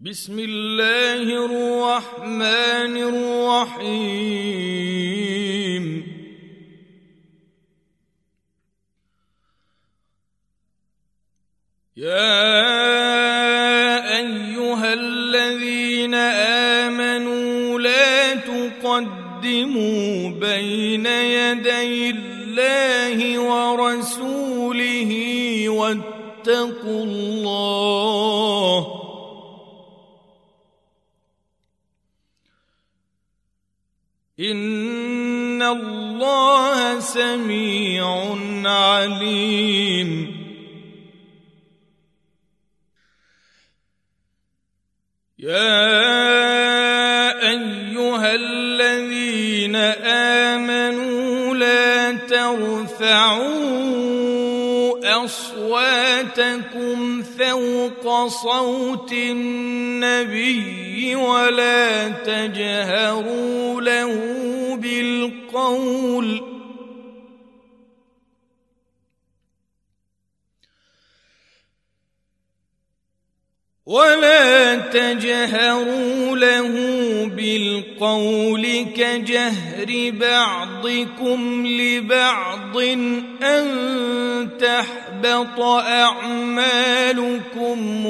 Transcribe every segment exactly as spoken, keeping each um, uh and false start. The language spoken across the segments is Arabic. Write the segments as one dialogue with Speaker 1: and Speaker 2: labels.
Speaker 1: بسم الله الرحمن الرحيم يا أيها الذين آمنوا لا تقدموا بين يدي الله ورسوله واتقوا الله إن الله سميع عليم يا أيها الذين آمنوا لا ترفعوا أصواتكم فوق صوت النبي ولا تجهروا له بالقول ولا تجهروا له بالقول كجهر بعضكم لبعض أن تحبط أعمالكم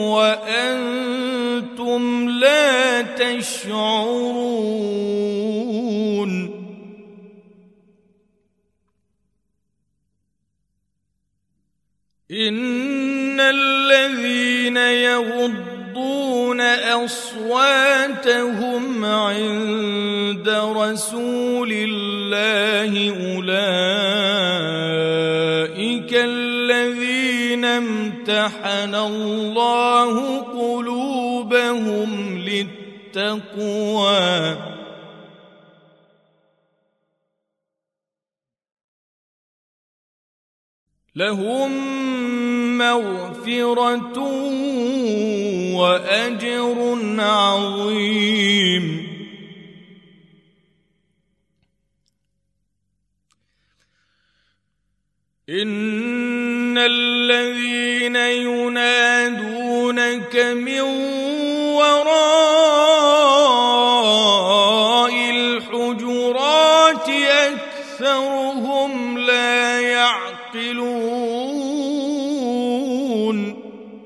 Speaker 1: وأنتم لا تشعرون إن الذين يغضون أصواتهم عند رسول الله أولئك الذين امتحن الله قلوبهم للتقوى لهم مغفرة وأجر عظيم إن الذين ينادونك من وراء الحجرات أكثرهم لا يعقلون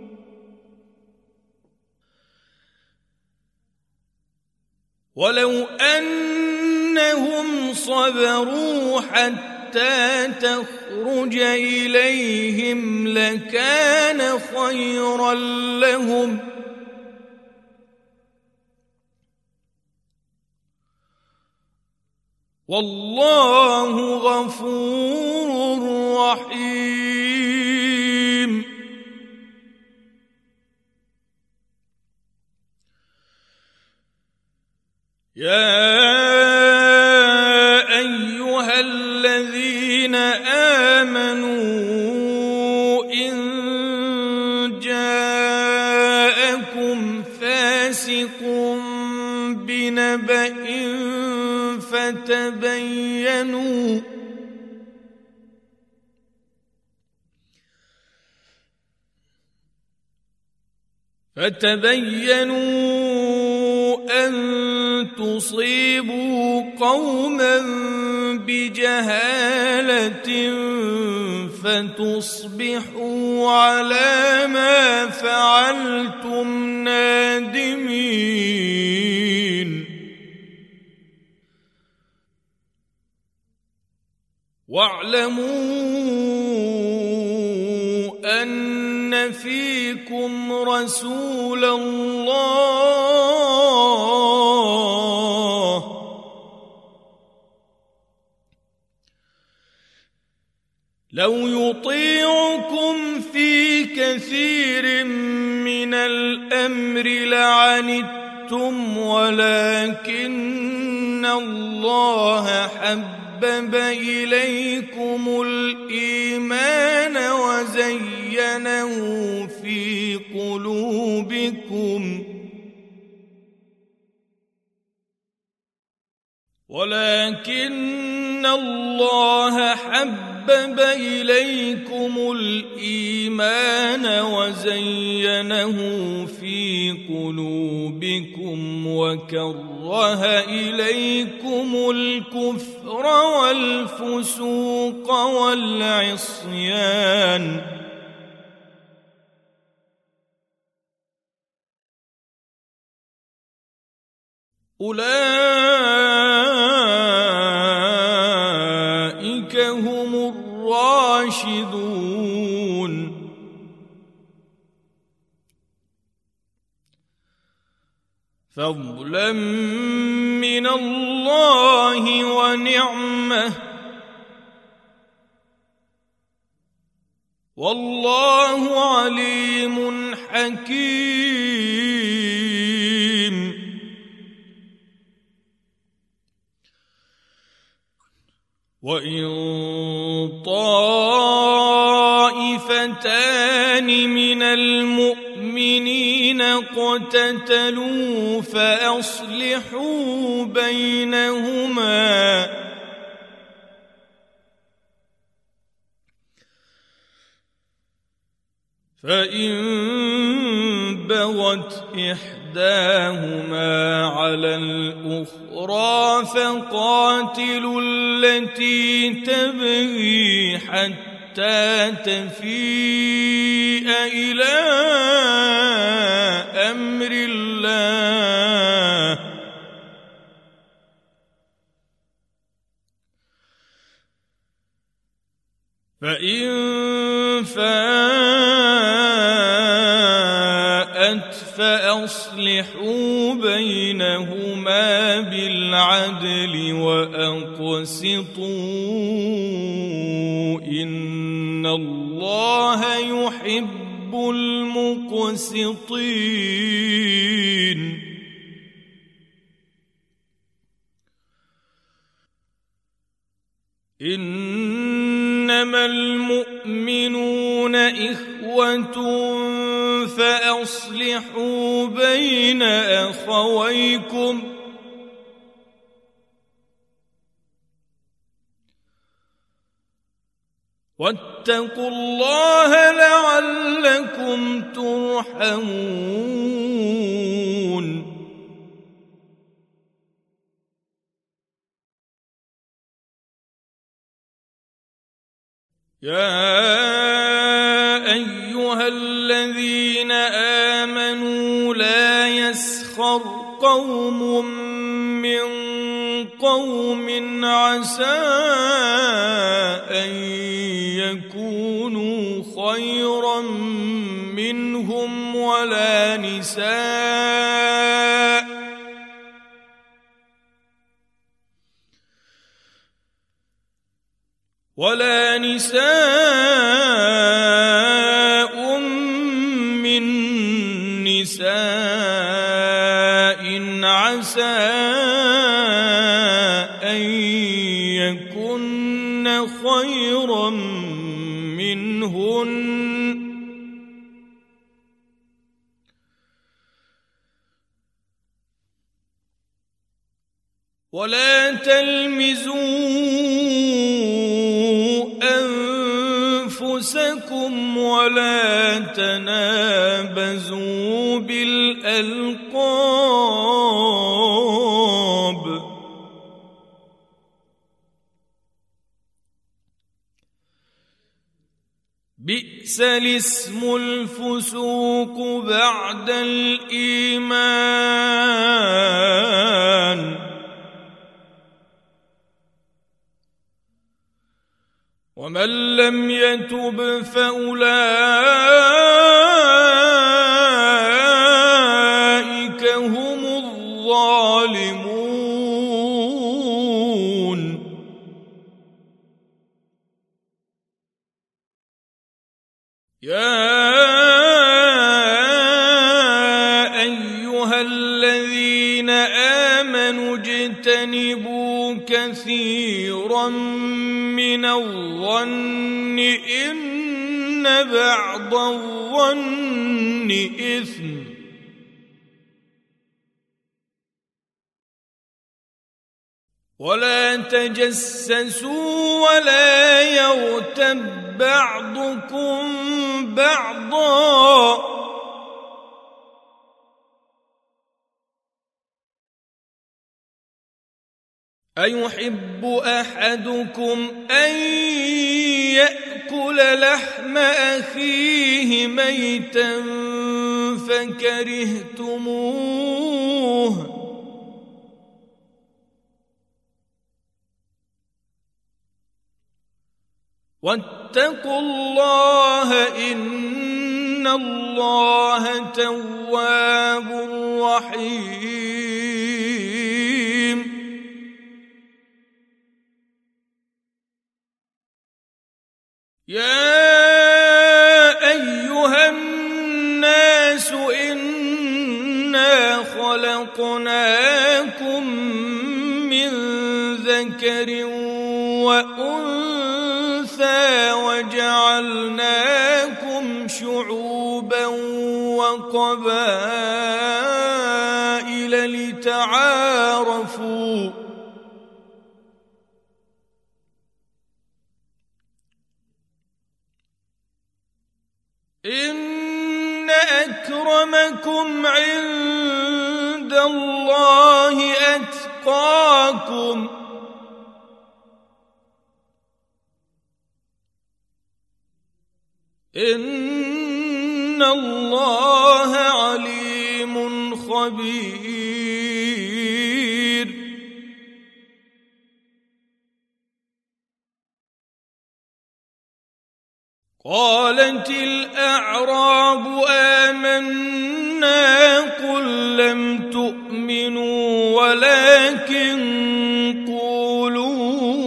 Speaker 1: ولو أنهم صبروا حتى تخرج إليهم لكان خيرا لهم والله غفور رحيم يا أيها الذين آمنوا إن جاءكم فاسق بنبأ فتبينوا فتبينوا أن تصيبوا قوما بجهالة فتصبحوا على ما فعلتم نادمين واعلموا أن فيكم رسول الله لو يطيعكم في كثير من الأمر لعنتم ولكن الله حبب إليكم الإيمان وزينه في قلوبكم ولكن الله حبب إليكم الإيمان وزينه في قلوبكم وكره إليكم الكفر والفسوق والعصيان أولئك هم الراشدون فضلا من الله ونعمة والله عليم حكيم وإن طائفتان من المؤمنين اقتتلوا فأصلحوا بينهما فإن بغت إحداهما على الأخرى فقاتلوا التي تبغي حتى تفيء إلى أمر الله فإن فاءت فأصلحوا بينهما بالعدل وأقسطوا إن الله يحب المقسطين إنما المؤمنون إخوة فأصلحوا بين أخويكم واتقوا الله لعلكم ترحمون يا أيها الذين آمنوا لا يسخر قوم من قوم عسى أن يكونوا خيرا منهم ولا نساء ولا نساء من نساء عسى أن يكن خيرا منهن ولا تلمزوا أنفسكم ولا تنابزوا بالألقاب بئس الاسم الفسوق بعد الإيمان ومن لم يتب فأولئك هم الظالمون يا أيها الذين آمنوا اجتنبوا كثيرا من الظن إن بعض الظن إثم ولا تجسسوا ولا يغتب بعضكم بعضا أيحب أحدكم أن يأكل لحم أخيه ميتا فكرهتموه واتقوا الله إن الله تواب رحيم يا أيها الناس إنا خلقناكم من ذكر وأنثى وجعلناكم شعوبا وقبائل لتعارفوا إن أكرمكم عند الله أتقاكم إن الله عليم خبير قالت الأعراب آمنا قل لم تؤمنوا ولكن قولوا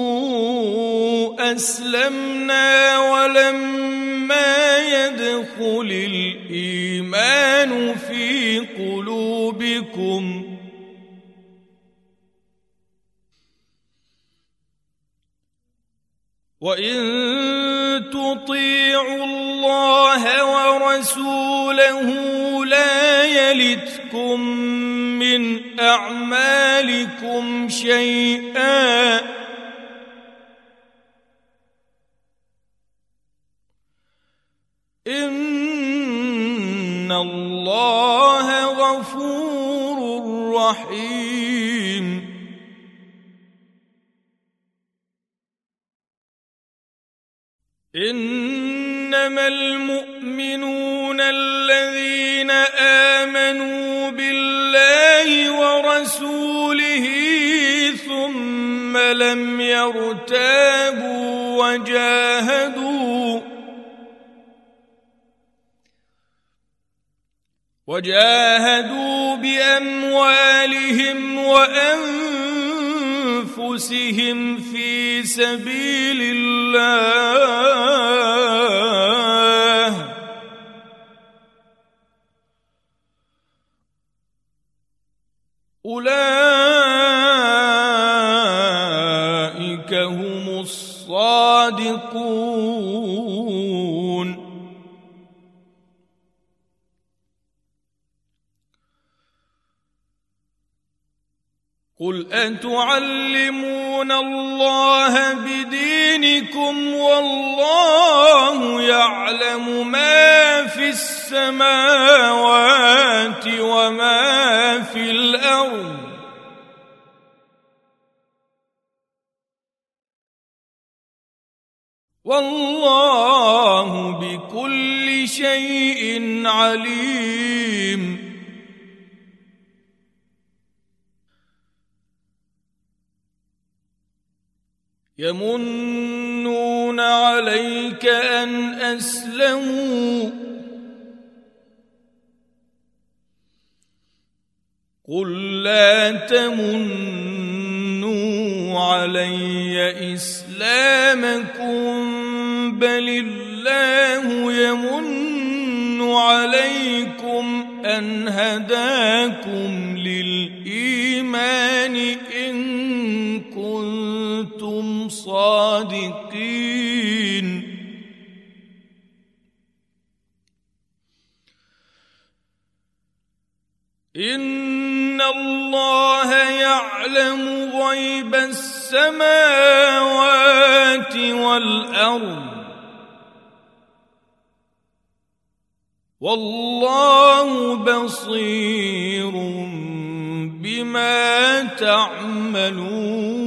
Speaker 1: أسلمنا ولما يدخل الإيمان في قلوبكم وإن تطيعوا الله ورسوله لا يلتكم من أعمالكم شيئا إن الله غفور رحيم إنما المؤمنون الذين آمنوا بالله ورسوله ثم لم يرتابوا وجاهدوا وجاهدوا بأموالهم وأنفسهم في سبيل الله أولئك هم الصادقون قل أتعلمون الله بدينكم والله يعلم ما في السماوات وما في الأرض والله بكل شيء عليم يمنون عليك أن أسلموا قل لا تمنوا علي إسلامكم بل الله يمن عليكم أن هداكم للإيمان إن كنتم صادقين إن إن الله يعلم غيب السماوات والأرض والله بصير بما تعملون